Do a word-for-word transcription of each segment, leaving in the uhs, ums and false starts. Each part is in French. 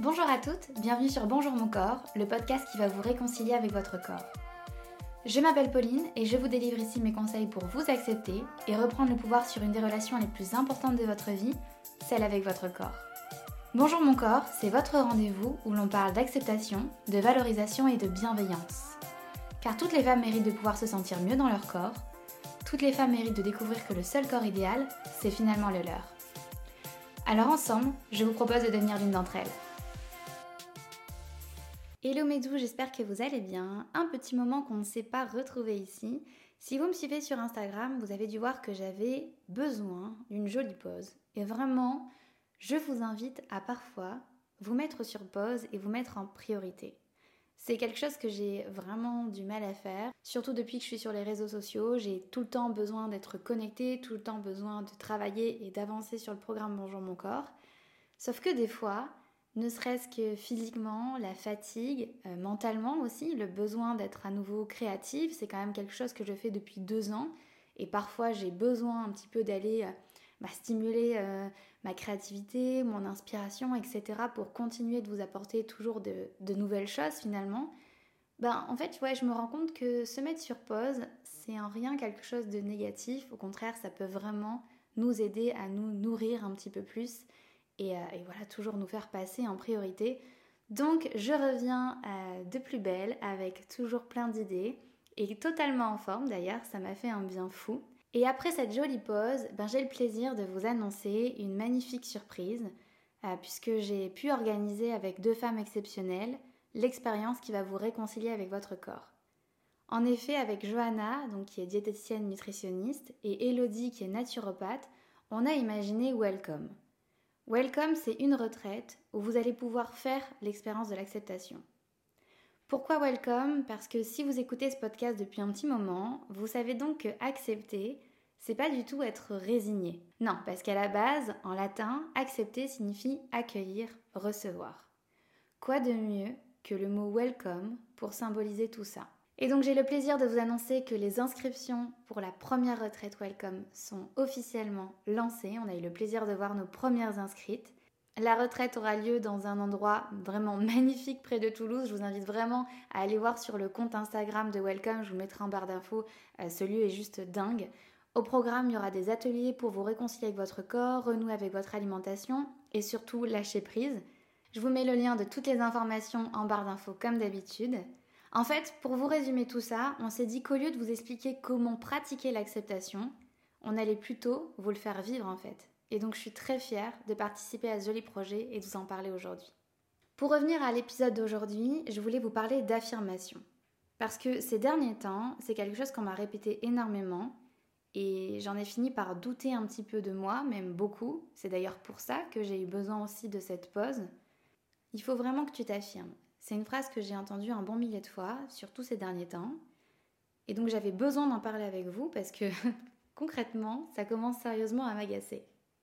Bonjour à toutes, bienvenue sur Bonjour mon corps, le podcast qui va vous réconcilier avec votre corps. Je m'appelle Pauline et je vous délivre ici mes conseils pour vous accepter et reprendre le pouvoir sur une des relations les plus importantes de votre vie, celle avec votre corps. Bonjour mon corps, c'est votre rendez-vous où l'on parle d'acceptation, de valorisation et de bienveillance. Car toutes les femmes méritent de pouvoir se sentir mieux dans leur corps, toutes les femmes méritent de découvrir que le seul corps idéal, c'est finalement le leur. Alors ensemble, je vous propose de devenir l'une d'entre elles. Hello mes doux, j'espère que vous allez bien. Un petit moment qu'on ne s'est pas retrouvé ici. Si vous me suivez sur Instagram, vous avez dû voir que j'avais besoin d'une jolie pause. Et vraiment, je vous invite à parfois vous mettre sur pause et vous mettre en priorité. C'est quelque chose que j'ai vraiment du mal à faire, surtout depuis que je suis sur les réseaux sociaux. J'ai tout le temps besoin d'être connectée, tout le temps besoin de travailler et d'avancer sur le programme Bonjour mon corps. Sauf que des fois, ne serait-ce que physiquement, la fatigue, euh, mentalement aussi, le besoin d'être à nouveau créative, c'est quand même quelque chose que je fais depuis deux ans. Et parfois, j'ai besoin un petit peu d'aller euh, bah, stimuler euh, ma créativité, mon inspiration, et cetera pour continuer de vous apporter toujours de, de nouvelles choses finalement. Ben, en fait, ouais, je me rends compte que se mettre sur pause, c'est en rien quelque chose de négatif. Au contraire, ça peut vraiment nous aider à nous nourrir un petit peu plus. Et, euh, et voilà, toujours nous faire passer en priorité. Donc, je reviens euh, de plus belle avec toujours plein d'idées et totalement en forme d'ailleurs, ça m'a fait un bien fou. Et après cette jolie pause, ben, j'ai le plaisir de vous annoncer une magnifique surprise euh, puisque j'ai pu organiser avec deux femmes exceptionnelles l'expérience qui va vous réconcilier avec votre corps. En effet, avec Johanna, donc, qui est diététicienne nutritionniste, et Elodie, qui est naturopathe, on a imaginé Welcome. Welcome, c'est une retraite où vous allez pouvoir faire l'expérience de l'acceptation. Pourquoi Welcome ? Parce que si vous écoutez ce podcast depuis un petit moment, vous savez donc que accepter, c'est pas du tout être résigné. Non, parce qu'à la base, en latin, accepter signifie accueillir, recevoir. Quoi de mieux que le mot welcome pour symboliser tout ça ? Et donc j'ai le plaisir de vous annoncer que les inscriptions pour la première retraite Welcome sont officiellement lancées. On a eu le plaisir de voir nos premières inscrites. La retraite aura lieu dans un endroit vraiment magnifique près de Toulouse. Je vous invite vraiment à aller voir sur le compte Instagram de Welcome. Je vous mettrai en barre d'infos. Ce lieu est juste dingue. Au programme, il y aura des ateliers pour vous réconcilier avec votre corps, renouer avec votre alimentation et surtout lâcher prise. Je vous mets le lien de toutes les informations en barre d'infos comme d'habitude. En fait, pour vous résumer tout ça, on s'est dit qu'au lieu de vous expliquer comment pratiquer l'acceptation, on allait plutôt vous le faire vivre en fait. Et donc je suis très fière de participer à ce joli projet et de vous en parler aujourd'hui. Pour revenir à l'épisode d'aujourd'hui, je voulais vous parler d'affirmation. Parce que ces derniers temps, c'est quelque chose qu'on m'a répété énormément et j'en ai fini par douter un petit peu de moi, même beaucoup. C'est d'ailleurs pour ça que j'ai eu besoin aussi de cette pause. Il faut vraiment que tu t'affirmes. C'est une phrase que j'ai entendue un bon millier de fois, surtout ces derniers temps. Et donc j'avais besoin d'en parler avec vous parce que concrètement, ça commence sérieusement à m'agacer.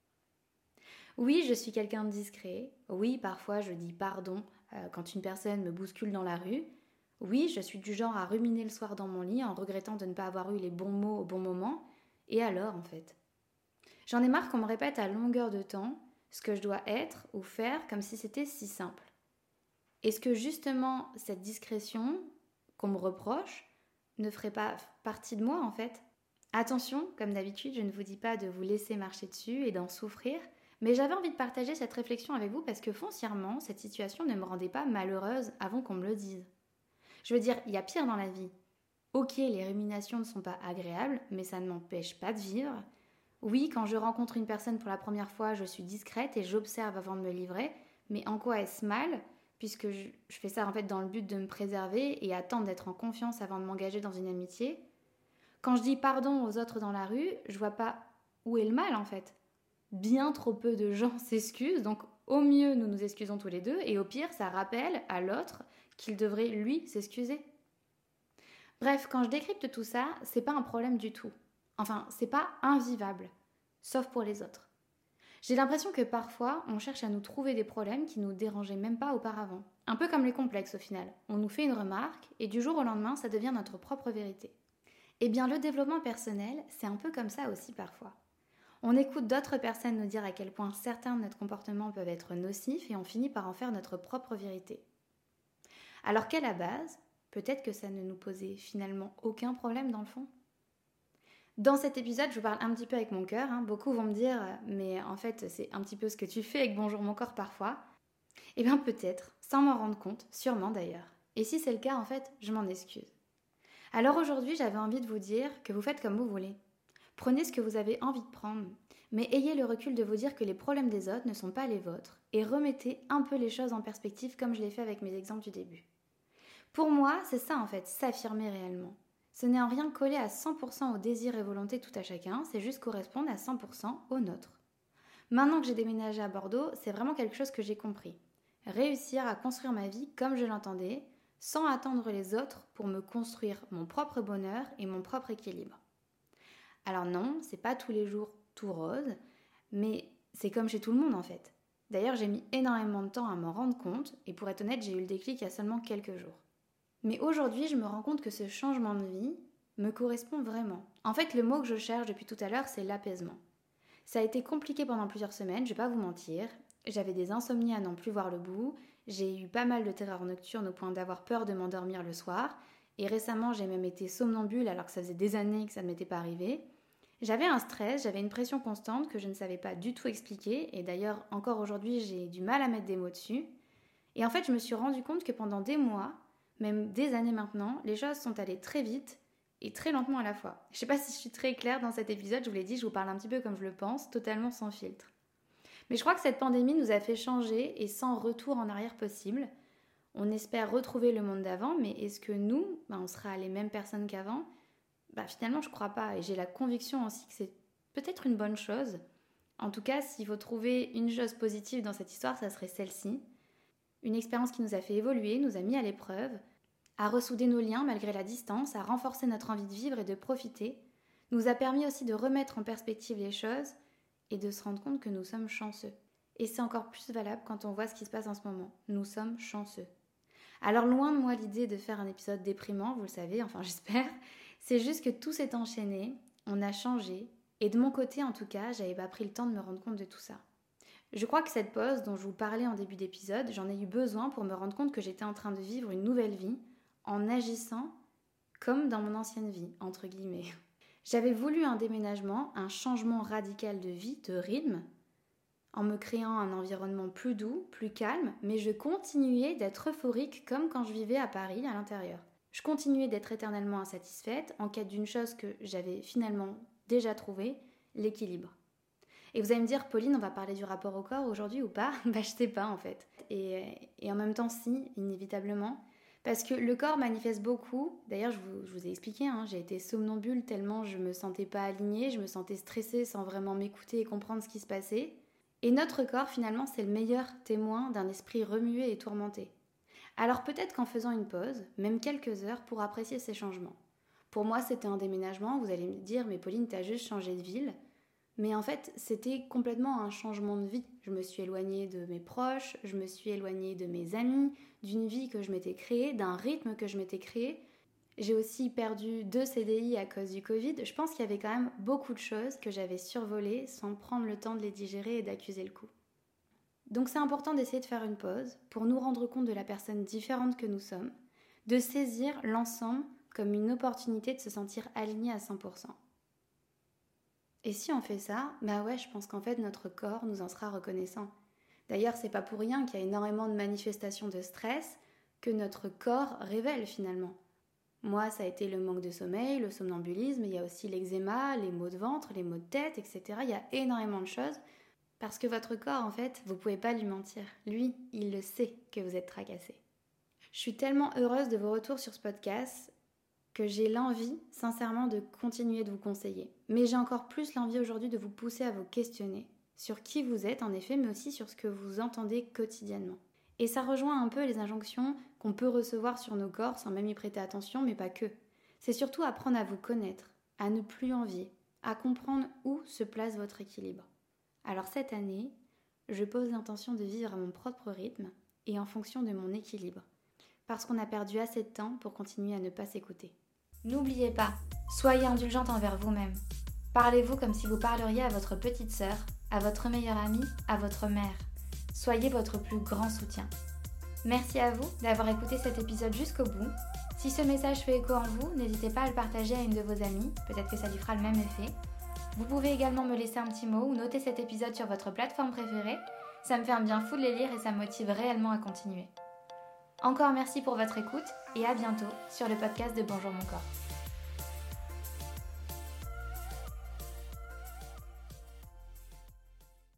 Oui, je suis quelqu'un de discret. Oui, parfois je dis pardon euh, quand une personne me bouscule dans la rue. Oui, je suis du genre à ruminer le soir dans mon lit en regrettant de ne pas avoir eu les bons mots au bon moment. Et alors en fait ? J'en ai marre qu'on me répète à longueur de temps ce que je dois être ou faire comme si c'était si simple. Est-ce que justement cette discrétion qu'on me reproche ne ferait pas partie de moi en fait ? Attention, comme d'habitude, je ne vous dis pas de vous laisser marcher dessus et d'en souffrir, mais j'avais envie de partager cette réflexion avec vous parce que foncièrement, cette situation ne me rendait pas malheureuse avant qu'on me le dise. Je veux dire, il y a pire dans la vie. Ok, les ruminations ne sont pas agréables, mais ça ne m'empêche pas de vivre. Oui, quand je rencontre une personne pour la première fois, je suis discrète et j'observe avant de me livrer, mais en quoi est-ce mal ? Puisque je, je fais ça en fait dans le but de me préserver et attendre d'être en confiance avant de m'engager dans une amitié. Quand je dis pardon aux autres dans la rue, je vois pas où est le mal en fait. Bien trop peu de gens s'excusent, donc au mieux nous nous excusons tous les deux et au pire ça rappelle à l'autre qu'il devrait lui s'excuser. Bref, quand je décrypte tout ça, c'est pas un problème du tout. Enfin, c'est pas invivable, sauf pour les autres. J'ai l'impression que parfois, on cherche à nous trouver des problèmes qui nous dérangeaient même pas auparavant. Un peu comme les complexes au final. On nous fait une remarque et du jour au lendemain, ça devient notre propre vérité. Eh bien, le développement personnel, c'est un peu comme ça aussi parfois. On écoute d'autres personnes nous dire à quel point certains de notre comportement peuvent être nocifs et on finit par en faire notre propre vérité. Alors qu'à la base, peut-être que ça ne nous posait finalement aucun problème dans le fond. Dans cet épisode, je vous parle un petit peu avec mon cœur. Hein. Beaucoup vont me dire, mais en fait, c'est un petit peu ce que tu fais avec Bonjour mon corps parfois. Eh bien peut-être, sans m'en rendre compte, sûrement d'ailleurs. Et si c'est le cas, en fait, je m'en excuse. Alors aujourd'hui, j'avais envie de vous dire que vous faites comme vous voulez. Prenez ce que vous avez envie de prendre, mais ayez le recul de vous dire que les problèmes des autres ne sont pas les vôtres et remettez un peu les choses en perspective comme je l'ai fait avec mes exemples du début. Pour moi, c'est ça en fait, s'affirmer réellement. Ce n'est en rien coller à cent pour cent aux désirs et volontés tout à chacun, c'est juste correspondre à cent pour cent au nôtre. Maintenant que j'ai déménagé à Bordeaux, c'est vraiment quelque chose que j'ai compris. Réussir à construire ma vie comme je l'entendais, sans attendre les autres pour me construire mon propre bonheur et mon propre équilibre. Alors non, c'est pas tous les jours tout rose, mais c'est comme chez tout le monde en fait. D'ailleurs, j'ai mis énormément de temps à m'en rendre compte, et pour être honnête, j'ai eu le déclic il y a seulement quelques jours. Mais aujourd'hui, je me rends compte que ce changement de vie me correspond vraiment. En fait, le mot que je cherche depuis tout à l'heure, c'est l'apaisement. Ça a été compliqué pendant plusieurs semaines, je vais pas vous mentir. J'avais des insomnies à n'en plus voir le bout, j'ai eu pas mal de terreurs nocturnes au point d'avoir peur de m'endormir le soir, et récemment j'ai même été somnambule alors que ça faisait des années que ça ne m'était pas arrivé. J'avais un stress, j'avais une pression constante que je ne savais pas du tout expliquer, et d'ailleurs encore aujourd'hui j'ai du mal à mettre des mots dessus. Et en fait je me suis rendu compte que pendant des mois, même des années maintenant, les choses sont allées très vite et très lentement à la fois. Je sais pas si je suis très claire dans cet épisode, je vous l'ai dit, je vous parle un petit peu comme je le pense, totalement sans filtre. Mais je crois que cette pandémie nous a fait changer et sans retour en arrière possible. On espère retrouver le monde d'avant, mais est-ce que nous, bah, on sera les mêmes personnes qu'avant ? Bah, finalement, je crois pas. Et j'ai la conviction aussi que c'est peut-être une bonne chose. En tout cas, s'il faut trouver une chose positive dans cette histoire, ça serait celle-ci. Une expérience qui nous a fait évoluer, nous a mis à l'épreuve, a ressoudé nos liens malgré la distance, a renforcé notre envie de vivre et de profiter, nous a permis aussi de remettre en perspective les choses et de se rendre compte que nous sommes chanceux. Et c'est encore plus valable quand on voit ce qui se passe en ce moment. Nous sommes chanceux. Alors loin de moi l'idée de faire un épisode déprimant, vous le savez, enfin j'espère, c'est juste que tout s'est enchaîné, on a changé, et de mon côté en tout cas, j'avais pas pris le temps de me rendre compte de tout ça. Je crois que cette pause dont je vous parlais en début d'épisode, j'en ai eu besoin pour me rendre compte que j'étais en train de vivre une nouvelle vie, en agissant comme dans mon ancienne vie, entre guillemets. J'avais voulu un déménagement, un changement radical de vie, de rythme, en me créant un environnement plus doux, plus calme, mais je continuais d'être euphorique comme quand je vivais à Paris, à l'intérieur. Je continuais d'être éternellement insatisfaite, en quête d'une chose que j'avais finalement déjà trouvée, l'équilibre. Et vous allez me dire, Pauline, on va parler du rapport au corps aujourd'hui ou pas ? Bah je sais pas en fait. Et, et en même temps si, inévitablement. Parce que le corps manifeste beaucoup, d'ailleurs je vous, je vous ai expliqué, hein, j'ai été somnambule tellement je me sentais pas alignée, je me sentais stressée sans vraiment m'écouter et comprendre ce qui se passait. Et notre corps finalement c'est le meilleur témoin d'un esprit remué et tourmenté. Alors peut-être qu'en faisant une pause, même quelques heures pour apprécier ces changements. Pour moi c'était un déménagement, vous allez me dire mais Pauline t'as juste changé de ville. Mais en fait, c'était complètement un changement de vie. Je me suis éloignée de mes proches, je me suis éloignée de mes amis, d'une vie que je m'étais créée, d'un rythme que je m'étais créé. J'ai aussi perdu deux C D I à cause du Covid. Je pense qu'il y avait quand même beaucoup de choses que j'avais survolées sans prendre le temps de les digérer et d'accuser le coup. Donc c'est important d'essayer de faire une pause pour nous rendre compte de la personne différente que nous sommes, de saisir l'ensemble comme une opportunité de se sentir aligné à cent pour cent. Et si on fait ça, bah ouais, je pense qu'en fait notre corps nous en sera reconnaissant. D'ailleurs, c'est pas pour rien qu'il y a énormément de manifestations de stress que notre corps révèle finalement. Moi, ça a été le manque de sommeil, le somnambulisme, il y a aussi l'eczéma, les maux de ventre, les maux de tête, et cetera. Il y a énormément de choses parce que votre corps, en fait, vous pouvez pas lui mentir. Lui, il le sait que vous êtes tracassé. Je suis tellement heureuse de vos retours sur ce podcast que j'ai l'envie, sincèrement, de continuer de vous conseiller. Mais j'ai encore plus l'envie aujourd'hui de vous pousser à vous questionner sur qui vous êtes, en effet, mais aussi sur ce que vous entendez quotidiennement. Et ça rejoint un peu les injonctions qu'on peut recevoir sur nos corps sans même y prêter attention, mais pas que. C'est surtout apprendre à vous connaître, à ne plus envier, à comprendre où se place votre équilibre. Alors cette année, je pose l'intention de vivre à mon propre rythme et en fonction de mon équilibre, parce qu'on a perdu assez de temps pour continuer à ne pas s'écouter. N'oubliez pas, soyez indulgente envers vous-même. Parlez-vous comme si vous parleriez à votre petite sœur, à votre meilleure amie, à votre mère. Soyez votre plus grand soutien. Merci à vous d'avoir écouté cet épisode jusqu'au bout. Si ce message fait écho en vous, n'hésitez pas à le partager à une de vos amies, peut-être que ça lui fera le même effet. Vous pouvez également me laisser un petit mot ou noter cet épisode sur votre plateforme préférée. Ça me fait un bien fou de les lire et ça me motive réellement à continuer. Encore merci pour votre écoute et à bientôt sur le podcast de Bonjour mon corps.